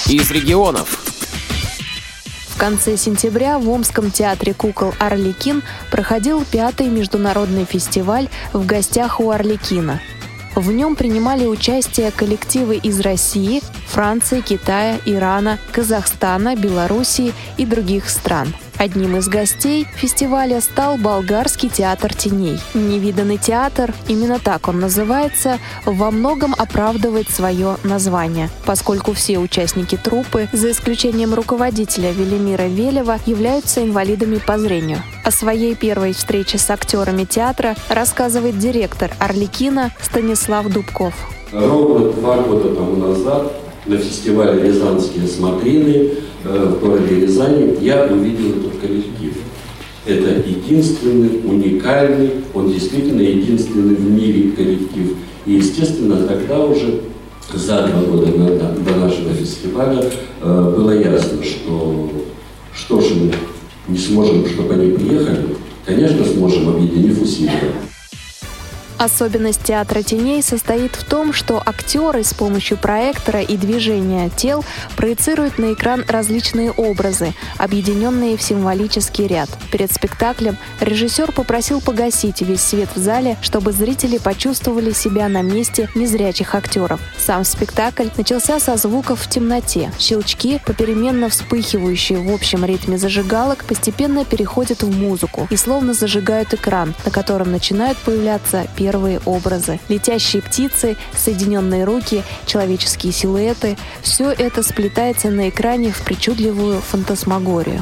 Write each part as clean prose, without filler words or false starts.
из регионов. В конце сентября в Омском театре кукол «Арлекин» проходил 5-й международный фестиваль «В гостях у Арлекина». В нем принимали участие коллективы из России, Франции, Китая, Ирана, Казахстана, Белоруссии и других стран. Одним из гостей фестиваля стал болгарский театр теней. Невиданный театр, именно так он называется, во многом оправдывает свое название, поскольку все участники труппы, за исключением руководителя Велимира Велева, являются инвалидами по зрению. О своей первой встрече с актерами театра рассказывает директор «Арлекина» Станислав Дубков. Ровно 2 года тому назад на фестивале «Рязанские смотрины» в городе Рязани я увидел этот коллектив. Это единственный, уникальный, он действительно единственный в мире коллектив. И, естественно, тогда уже, за 2 года до нашего фестиваля, было ясно, что же мы не сможем, чтобы они приехали. Конечно, сможем, объединив усилия. Особенность театра теней состоит в том, что актеры с помощью проектора и движения тел проецируют на экран различные образы, объединенные в символический ряд. Перед спектаклем режиссер попросил погасить весь свет в зале, чтобы зрители почувствовали себя на месте незрячих актеров. Сам спектакль начался со звуков в темноте. Щелчки, попеременно вспыхивающие в общем ритме зажигалок, постепенно переходят в музыку и словно зажигают экран, на котором начинают появляться первые образы. Летящие птицы, соединенные руки, человеческие силуэты – все это сплетается на экране в причудливую фантасмагорию.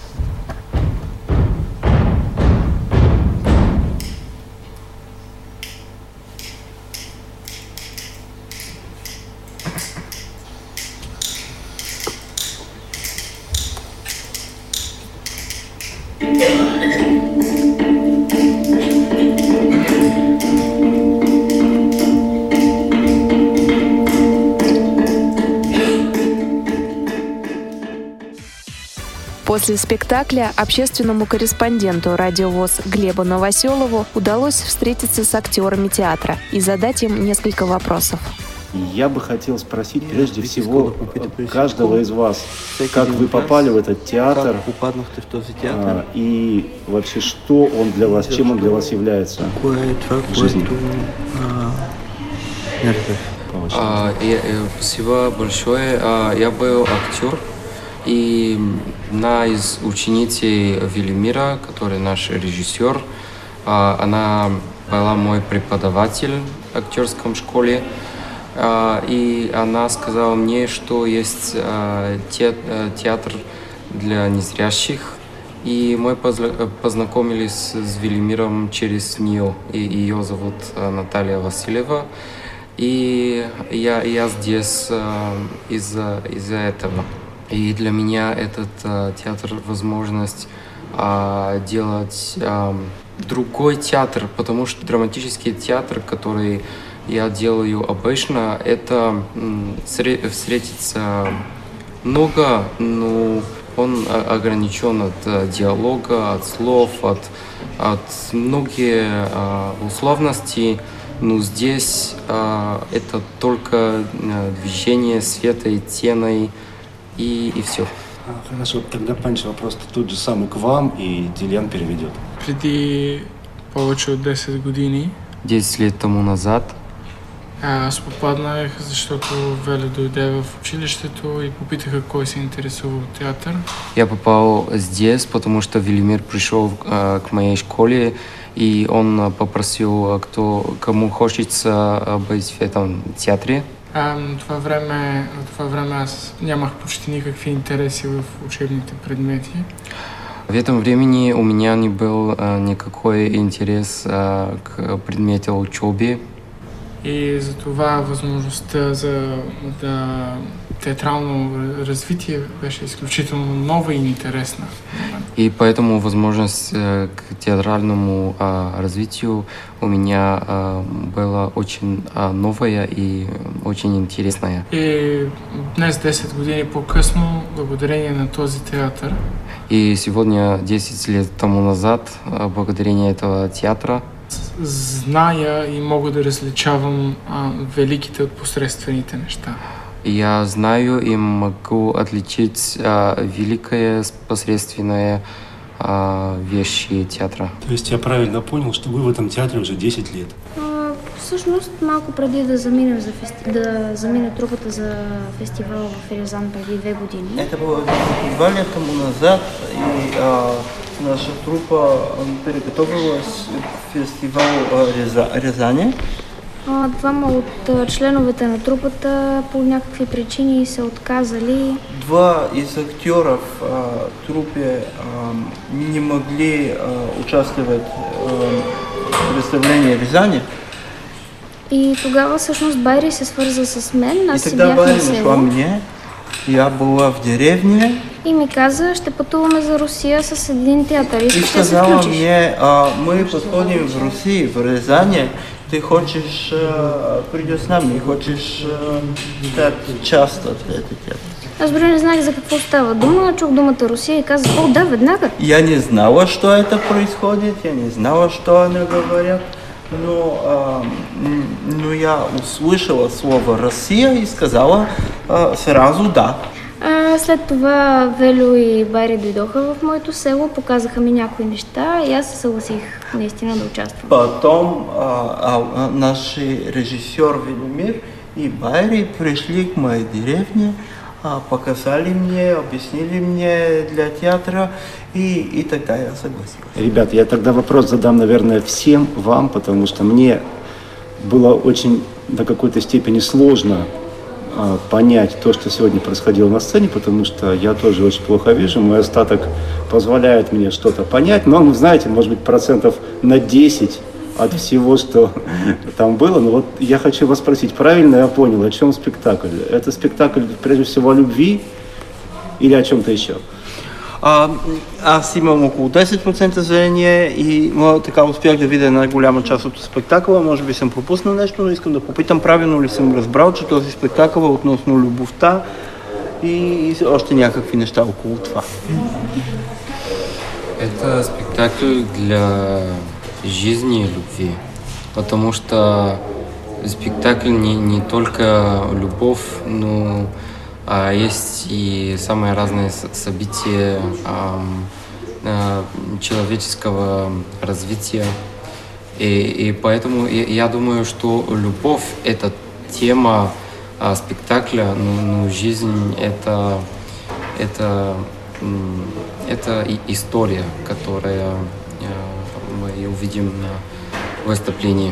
После спектакля общественному корреспонденту «Радио ВОС» Глебу Новоселову удалось встретиться с актерами театра и задать им несколько вопросов. Я бы хотел спросить прежде всего каждого из вас, как вы попали в этот театр и вообще что он для вас, чем он для вас является в жизни? Спасибо большое. Я был актер. И одна из учениц Велимира, который наш режиссер, она была мой преподаватель в актерском школе. И она сказала мне, что есть театр для незрящих. И мы познакомились с Велимиром через нее. И ее зовут Наталья Васильева. И я здесь из-за этого. И для меня этот театр возможность делать другой театр, потому что драматический театр, который я делаю обычно, это встретится много, но он ограничен от диалога, от слов, от многих условностей. Но здесь это только движение света и теней. И все. Хорошо, тогда, Панч, вопрос тут же самый к вам, и Дилян переведет. Преди повече от 10 години 10 лет тому назад аз попаднах, защото Веле дойде в училището и попитаха кой се интересува от театър. Я попал здесь, потому что Велимир пришел к моей школе, и он попросил, кому хочется быть в этом театре. На това време аз нямах почти никакви интереси в учебните предмети. В этом времени у меня не был никакой интерес к предмету учебы. И затова възможността за театрално развитие беше изключително нова и интересна. И поэтому возможность к театральному развитию у меня была очень новая и очень интересная. И днес, 10 години по-късно, благодарение на този театър, и сегодня, 10 лет тому назад, благодарение этого театра, зная и мога да различавам великите от посредствените неща. Я знаю и могу отличить великое посредственное вещи театра. То есть я правильно понял, что вы в этом театре уже 10 лет? Всъщност, малко преди да замине трупата за фестивал в Рязан преди 2 години. Это было 2 лета тому назад, и наша трупа переготовилась к фестивалу Рязани. Двама от членовете на трупата по някакви причини се отказали. 2 из актеров трупе не могли участвовать в представлении Рязани. И тогава всъщност Байри се свърза с мен, аз и си бях на село. Мне, я была в деревне. И ми каза, ще пътуваме за Русия с един театър. И сказала мне, мы подходим в Руси, в Рязани, ты хочешь придешь с нами, хочешь стать часто в этот театр. Аз дори не знаех за какво става дума, чух думата Русия и казах, да, веднага. Я не знала, что это происходит, я не знала, что они говорят. Но я услышала слово «Россия» и сказала сразу «да». След това Велю и Байри дойдоха в моето село, показаха ми някои неща и аз се съгласих наистина да участвам. Потом наш режиссер Велимир и Байри пришли к моей деревне, показали мне, объяснили мне для театра, и тогда я согласился. Ребят, я тогда вопрос задам, наверное, всем вам, потому что мне было очень до какой-то степени сложно понять то, что сегодня происходило на сцене, потому что я тоже очень плохо вижу, мой остаток позволяет мне что-то понять, но, знаете, может быть, процентов на 10 от всего, что там было. Но вот я хочу вас спросить, правильно я понял, о чем спектакль? Это спектакль, прежде всего, о любви или о чем-то еще? Аз имам около 10% зрение и така успях да видя една голяма част от спектакъла. Може би съм пропуснал нещо, но искам да попитам правилно ли съм разбрал, че този спектакъл е относно любовта и още някакви неща около това. Это спектакль для жизни и любви, потому что спектакль не только любовь, но есть и самые разные события человеческого развития. И поэтому я думаю, что любовь – это тема спектакля, но жизнь – это история, которую мы увидим на выступлении.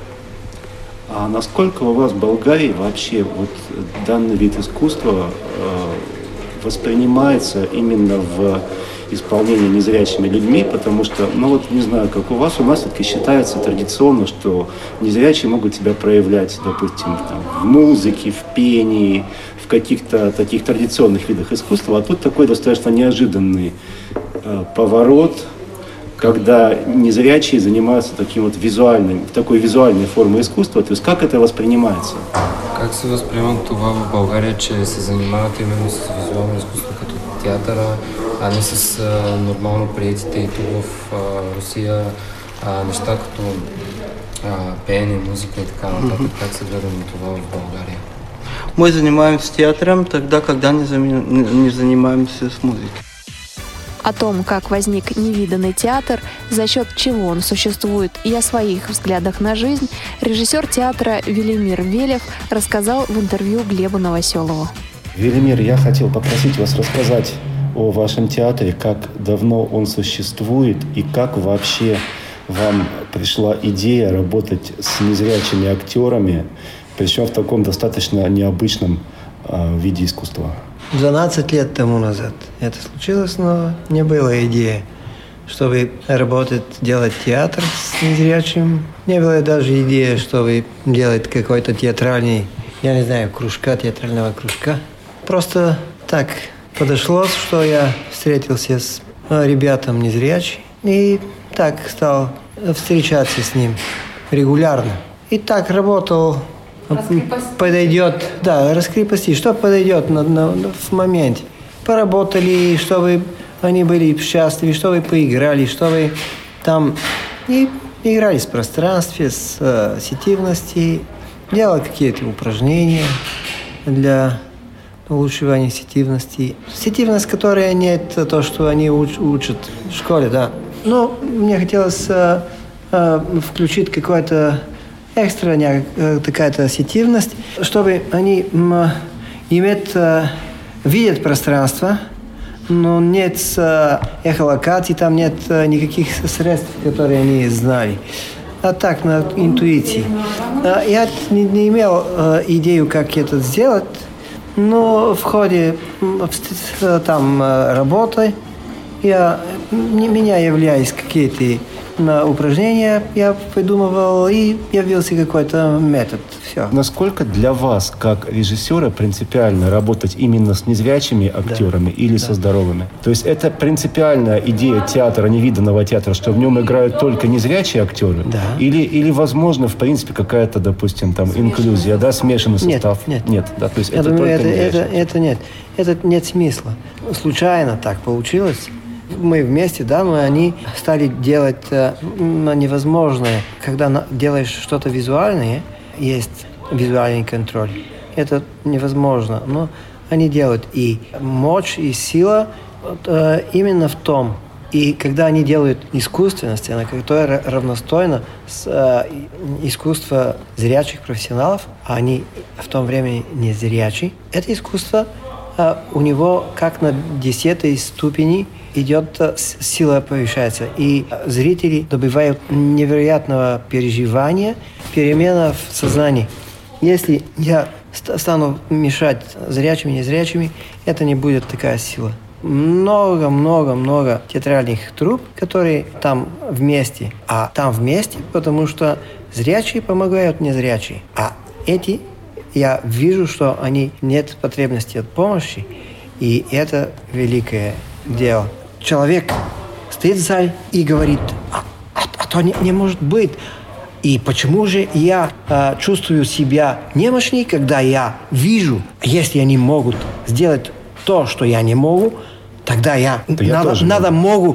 А насколько у вас в Болгарии вообще вот данный вид искусства воспринимается именно в исполнении незрячими людьми? Потому что, не знаю, как у вас, у нас все-таки считается традиционно, что незрячие могут себя проявлять, допустим, в музыке, в пении, в каких-то таких традиционных видах искусства. А тут такой достаточно неожиданный поворот, когда незрячие занимаются такой визуальной формой искусства. То есть как это воспринимается? Как се възприема това в България, че се занимават именно с визуално изкуство като театъра, а не с нормално приетите и тук в Русия неща като пеене, музика и така нататък? Как се гледа на това в България? Мы занимаемся театром тогда, когда не занимаемся с музыкой. О том, как возник невиданный театр, за счет чего он существует и о своих взглядах на жизнь, режиссер театра Велимир Велев рассказал в интервью Глебу Новоселову. Велимир, я хотел попросить вас рассказать о вашем театре, как давно он существует и как вообще вам пришла идея работать с незрячими актерами, причем в таком достаточно необычном виде искусства. 12 лет тому назад это случилось, но не было идеи, чтобы делать театр с незрячим. Не было даже идеи, чтобы делать какой-то театрального кружка. Просто так подошло, что я встретился с ребятом незрячим и так стал встречаться с ним регулярно. И так работал. Подойдет, раскрепости, что подойдет в моменте. Поработали, чтобы они были счастливы, чтобы поиграли, чтобы там и играли с пространством, с сетивностью, делали какие-то упражнения. для улучшения сетивности. Сетивность, которая нет, то, что они учат в школе, да. Но мне хотелось включить какой-то экстра, такая-то сетивность, чтобы они видят пространство, но нет эхолокации, там нет никаких средств, которые они знали. А так, на интуиции. Я не имел идею, как это сделать, но в ходе там работы меня являлись какие-то упражнения, я придумывал, и явился какой-то метод. Все. Насколько для вас, как режиссера, принципиально работать именно с незрячими актерами или со здоровыми? То есть это принципиальная идея театра, невиданного театра, что в нем играют только незрячие актеры? Да. Или возможно, в принципе, какая-то, допустим, там инклюзия, да, смешанный состав? Нет. Да, то есть Я это думаю, только это нет. Это нет смысла. Случайно так получилось. Мы вместе, да, но они стали делать невозможное. Когда делаешь что-то визуальное, есть визуальный контроль. Это невозможно. Но они делают. И мощь, и сила именно в том. И когда они делают искусственную сцену, которая равностойна с искусством зрячих профессионалов, а они в то время не зрячие, это искусство у него как на 10-й ступени идет, сила повышается. И зрители добивают невероятного переживания, перемена в сознании. Если я стану мешать зрячими, незрячими, это не будет такая сила. Много театральных труп, которые там вместе. А там вместе, потому что зрячие помогают незрячие. А эти, я вижу, что они нет потребности от помощи. И это великое дело. Человек стоит в зале и говорит, а то не может быть. И почему же я чувствую себя немощней, когда я вижу, если они могут сделать то, что я не могу, тогда могу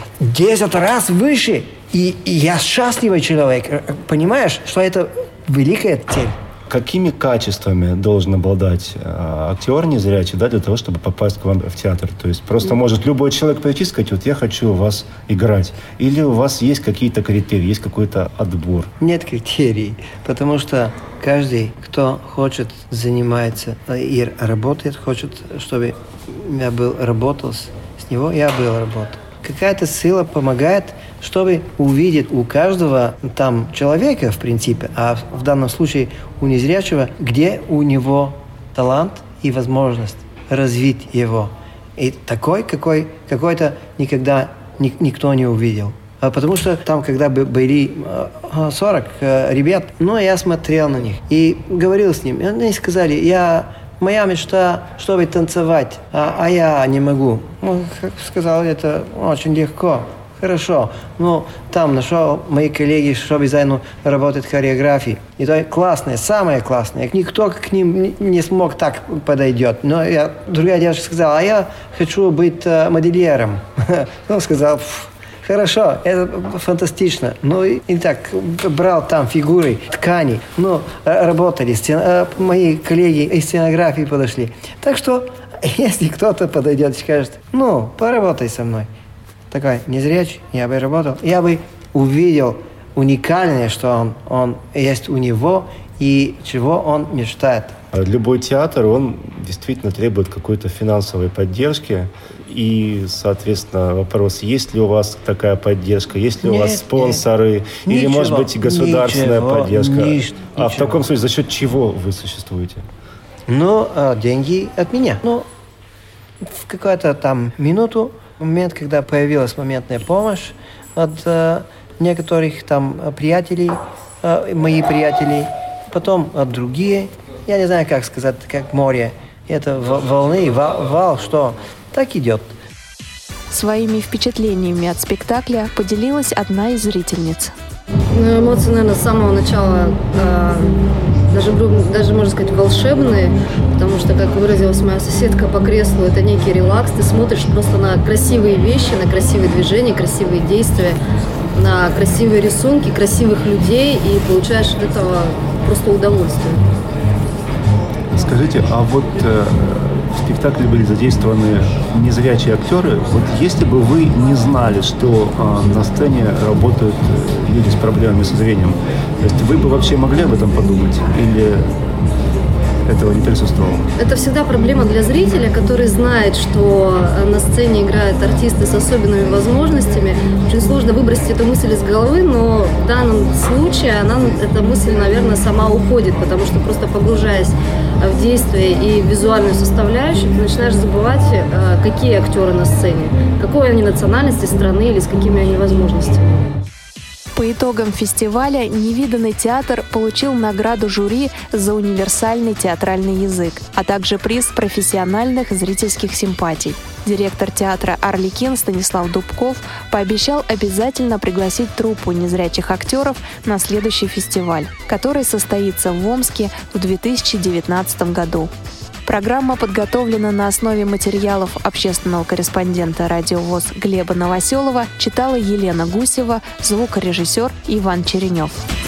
10 раз выше. И я счастливый человек. Понимаешь, что это великая цель. Какими качествами должен обладать актер незрячий, да, для того, чтобы попасть к вам в театр? То есть просто может любой человек прийти и сказать, вот я хочу у вас играть. Или у вас есть какие-то критерии, есть какой-то отбор? Нет критерий, потому что каждый, кто хочет, занимается и работает, хочет, чтобы я работал с него, я работал. Какая-то сила помогает, чтобы увидеть у каждого там человека, в принципе, а в данном случае у незрячего, где у него талант и возможность развить его. И такой, какой-то никогда никто не увидел. Потому что там, когда были 40 ребят, я смотрел на них и говорил с ними. Они сказали, моя мечта, чтобы танцевать, а я не могу. Сказал, это очень легко. Хорошо. Там нашел мои коллеги, чтобы заодно работать хореографией. И то классное, самое классное. Никто к ним не смог так подойдет. Но другая девушка сказала, я хочу быть модельером. Он сказал, хорошо, это фантастично. И так брал там фигуры, ткани. Работали. Мои коллеги из сценографии подошли. Так что, если кто-то подойдет и скажет, поработай со мной. Такой незрячий, я бы работал. Я бы увидел уникальное, что он есть у него и чего он мечтает. Любой театр, он действительно требует какой-то финансовой поддержки. И, соответственно, вопрос, есть ли у вас такая поддержка, есть ли у вас спонсоры, или, может быть, государственная поддержка. А в таком случае, за счет чего вы существуете? Деньги от меня. В какую-то там минуту, момент, когда появилась моментная помощь от некоторых там приятелей, мои приятели, потом от другие, я не знаю, как сказать, как море, это волны, вал, что так идет. Своими впечатлениями от спектакля поделилась одна из зрительниц. Эмоции, наверное, с самого начала даже можно сказать, волшебные, потому что, как выразилась моя соседка по креслу, это некий релакс. Ты смотришь просто на красивые вещи, на красивые движения, красивые действия, на красивые рисунки, красивых людей и получаешь от этого просто удовольствие. Скажите, а вот в спектакле были задействованы незрячие актеры. Вот если бы вы не знали, что на сцене работают люди с проблемами со зрением, то есть вы бы вообще могли об этом подумать? Или этого не присутствовало? Это всегда проблема для зрителя, который знает, что на сцене играют артисты с особенными возможностями. Очень сложно выбросить эту мысль из головы, но в данном случае эта мысль, наверное, сама уходит, потому что просто погружаясь в действие и визуальную составляющую, ты начинаешь забывать, какие актеры на сцене, какой они национальности, страны или с какими они возможностями. По итогам фестиваля «Невиданный театр» получил награду жюри за универсальный театральный язык, а также приз профессиональных зрительских симпатий. Директор театра «Арлекин» Станислав Дубков пообещал обязательно пригласить труппу незрячих актеров на следующий фестиваль, который состоится в Омске в 2019 году. Программа подготовлена на основе материалов общественного корреспондента «Радио ВОС» Глеба Новоселова, читала Елена Гусева, звукорежиссер Иван Черенев.